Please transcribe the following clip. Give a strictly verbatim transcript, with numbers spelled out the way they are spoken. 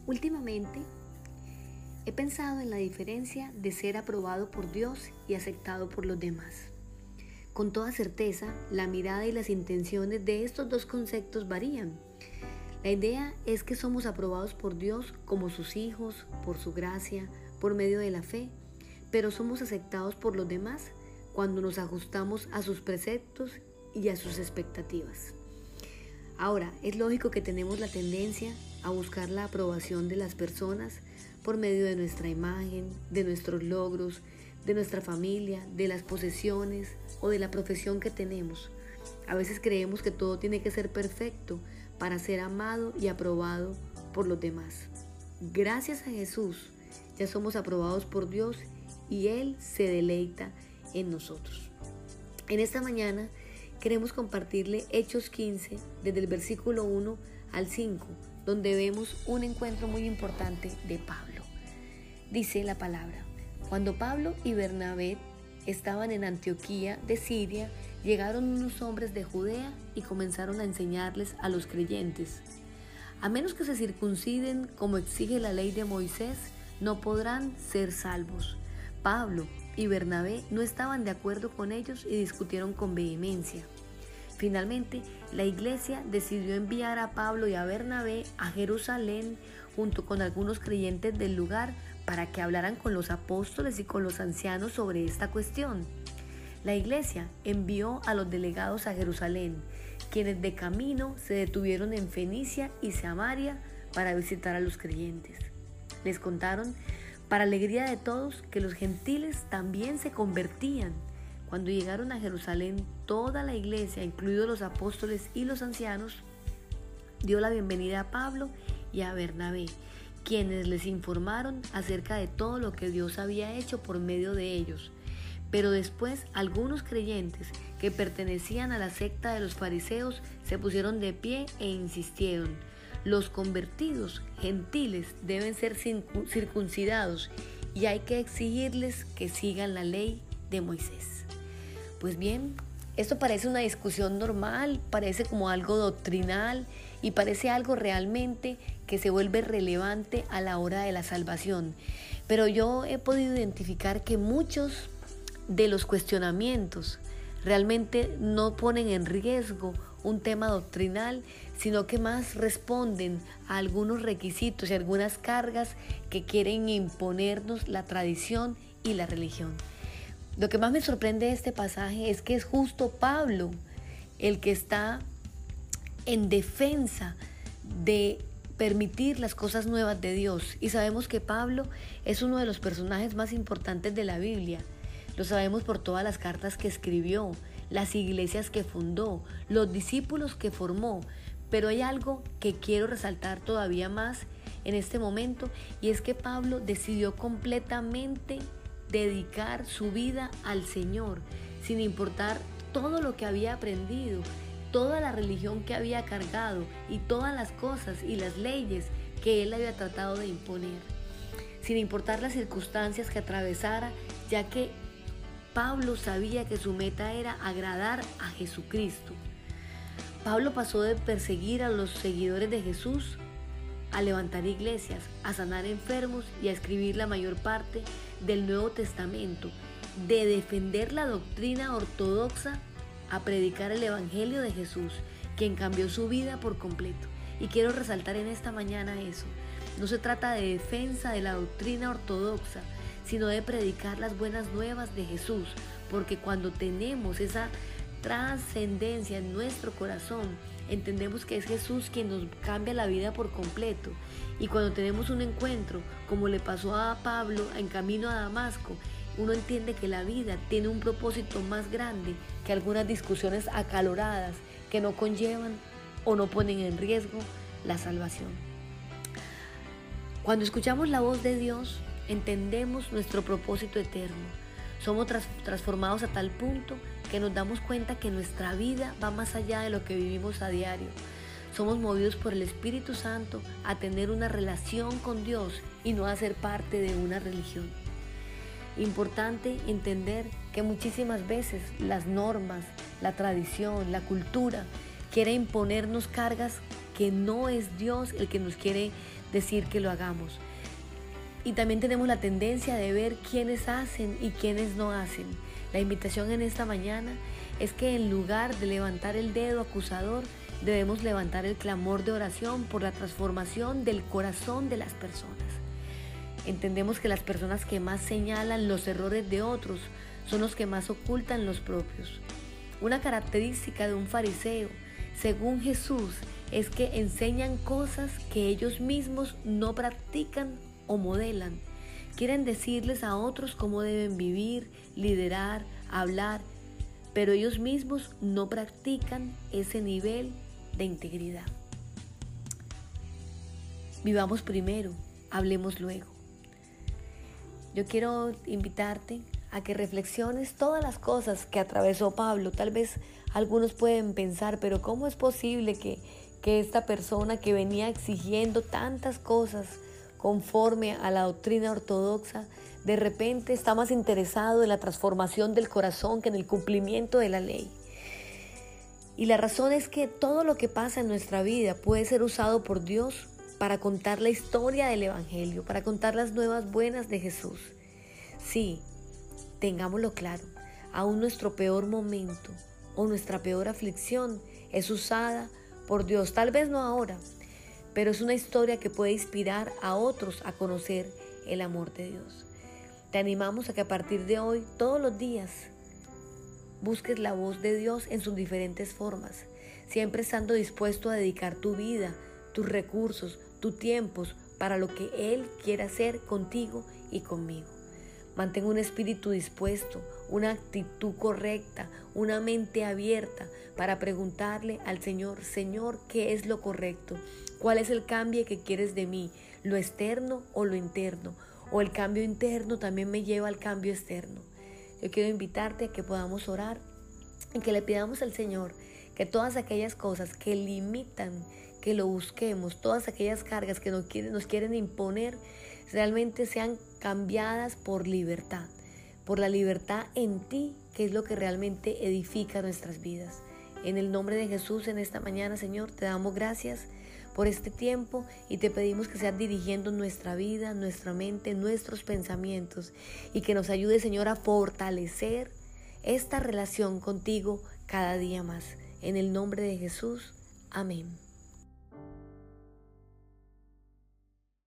Últimamente he pensado en la diferencia de ser aprobado por Dios y aceptado por los demás. Con toda certeza, la mirada y las intenciones de estos dos conceptos varían. La idea es que somos aprobados por Dios como sus hijos, por su gracia, por medio de la fe, pero somos aceptados por los demás cuando nos ajustamos a sus preceptos y a sus expectativas. Ahora, es lógico que tenemos la tendencia a buscar la aprobación de las personas por medio de nuestra imagen, de nuestros logros, de nuestra familia, de las posesiones o de la profesión que tenemos. A veces creemos que todo tiene que ser perfecto para ser amado y aprobado por los demás. Gracias a Jesús, ya somos aprobados por Dios y Él se deleita en nosotros. En esta mañana queremos compartirle Hechos quince, desde el versículo uno al cinco, donde vemos un encuentro muy importante de Pablo. Dice la palabra: cuando Pablo y Bernabé estaban en Antioquía de Siria, llegaron unos hombres de Judea y comenzaron a enseñarles a los creyentes: a menos que se circunciden como exige la ley de Moisés, no podrán ser salvos. Pablo y Bernabé no estaban de acuerdo con ellos y discutieron con vehemencia. Finalmente, la iglesia decidió enviar a Pablo y a Bernabé a Jerusalén junto con algunos creyentes del lugar para que hablaran con los apóstoles y con los ancianos sobre esta cuestión. La iglesia envió a los delegados a Jerusalén, quienes de camino se detuvieron en Fenicia y Samaria para visitar a los creyentes. Les contaron, para alegría de todos, que los gentiles también se convertían. Cuando llegaron a Jerusalén, toda la iglesia, incluidos los apóstoles y los ancianos, dio la bienvenida a Pablo y a Bernabé, quienes les informaron acerca de todo lo que Dios había hecho por medio de ellos. Pero después algunos creyentes que pertenecían a la secta de los fariseos se pusieron de pie e insistieron: los convertidos gentiles deben ser circuncidados y hay que exigirles que sigan la ley de Moisés. Pues bien, esto parece una discusión normal, parece como algo doctrinal y parece algo realmente que se vuelve relevante a la hora de la salvación. Pero yo he podido identificar que muchos de los cuestionamientos realmente no ponen en riesgo un tema doctrinal, sino que más responden a algunos requisitos y algunas cargas que quieren imponernos la tradición y la religión. Lo que más me sorprende de este pasaje es que es justo Pablo el que está en defensa de permitir las cosas nuevas de Dios. Y sabemos que Pablo es uno de los personajes más importantes de la Biblia. Lo sabemos por todas las cartas que escribió, las iglesias que fundó, los discípulos que formó. Pero hay algo que quiero resaltar todavía más en este momento, y es que Pablo decidió completamente dedicar su vida al Señor, sin importar todo lo que había aprendido, toda la religión que había cargado y todas las cosas y las leyes que él había tratado de imponer, sin importar las circunstancias que atravesara, ya que Pablo sabía que su meta era agradar a Jesucristo. Pablo pasó de perseguir a los seguidores de Jesús a levantar iglesias, a sanar enfermos y a escribir la mayor parte del Nuevo Testamento, de defender la doctrina ortodoxa a predicar el Evangelio de Jesús, quien cambió su vida por completo. Y quiero resaltar en esta mañana eso. No se trata de defensa de la doctrina ortodoxa, sino de predicar las buenas nuevas de Jesús, porque cuando tenemos esa trascendencia en nuestro corazón, entendemos que es Jesús quien nos cambia la vida por completo. Y cuando tenemos un encuentro, como le pasó a Pablo en camino a Damasco, uno entiende que la vida tiene un propósito más grande que algunas discusiones acaloradas que no conllevan o no ponen en riesgo la salvación. Cuando escuchamos la voz de Dios, entendemos nuestro propósito eterno. Somos tras, transformados a tal punto que nos damos cuenta que nuestra vida va más allá de lo que vivimos a diario. Somos movidos por el Espíritu Santo a tener una relación con Dios y no a ser parte de una religión. Importante entender que muchísimas veces las normas, la tradición, la cultura quiere imponernos cargas que no es Dios el que nos quiere decir que lo hagamos. Y también tenemos la tendencia de ver quiénes hacen y quiénes no hacen. La invitación en esta mañana es que en lugar de levantar el dedo acusador, debemos levantar el clamor de oración por la transformación del corazón de las personas. Entendemos que las personas que más señalan los errores de otros son los que más ocultan los propios. Una característica de un fariseo, según Jesús, es que enseñan cosas que ellos mismos no practican o modelan. Quieren decirles a otros cómo deben vivir, liderar, hablar, pero ellos mismos no practican ese nivel de integridad. Vivamos primero, hablemos luego. Yo quiero invitarte a que reflexiones todas las cosas que atravesó Pablo. Tal vez algunos pueden pensar, pero ¿cómo es posible que, que esta persona que venía exigiendo tantas cosas conforme a la doctrina ortodoxa, de repente está más interesado en la transformación del corazón que en el cumplimiento de la ley? Y la razón es que todo lo que pasa en nuestra vida puede ser usado por Dios para contar la historia del Evangelio, para contar las nuevas buenas de Jesús. Sí, tengámoslo claro, aún nuestro peor momento o nuestra peor aflicción es usada por Dios, tal vez no ahora, pero es una historia que puede inspirar a otros a conocer el amor de Dios. Te animamos a que a partir de hoy, todos los días, busques la voz de Dios en sus diferentes formas, siempre estando dispuesto a dedicar tu vida, tus recursos, tus tiempos para lo que Él quiere hacer contigo y conmigo. Mantén un espíritu dispuesto, una actitud correcta, una mente abierta para preguntarle al Señor: Señor, ¿qué es lo correcto? ¿Cuál es el cambio que quieres de mí? ¿Lo externo o lo interno? ¿O el cambio interno también me lleva al cambio externo? Yo quiero invitarte a que podamos orar y que le pidamos al Señor que todas aquellas cosas que limitan que lo busquemos, todas aquellas cargas que nos quieren, nos quieren imponer, realmente sean cambiadas por libertad, por la libertad en ti, que es lo que realmente edifica nuestras vidas. En el nombre de Jesús, en esta mañana, Señor, te damos gracias por este tiempo y te pedimos que seas dirigiendo nuestra vida, nuestra mente, nuestros pensamientos, y que nos ayude, Señor, a fortalecer esta relación contigo cada día más. En el nombre de Jesús, amén.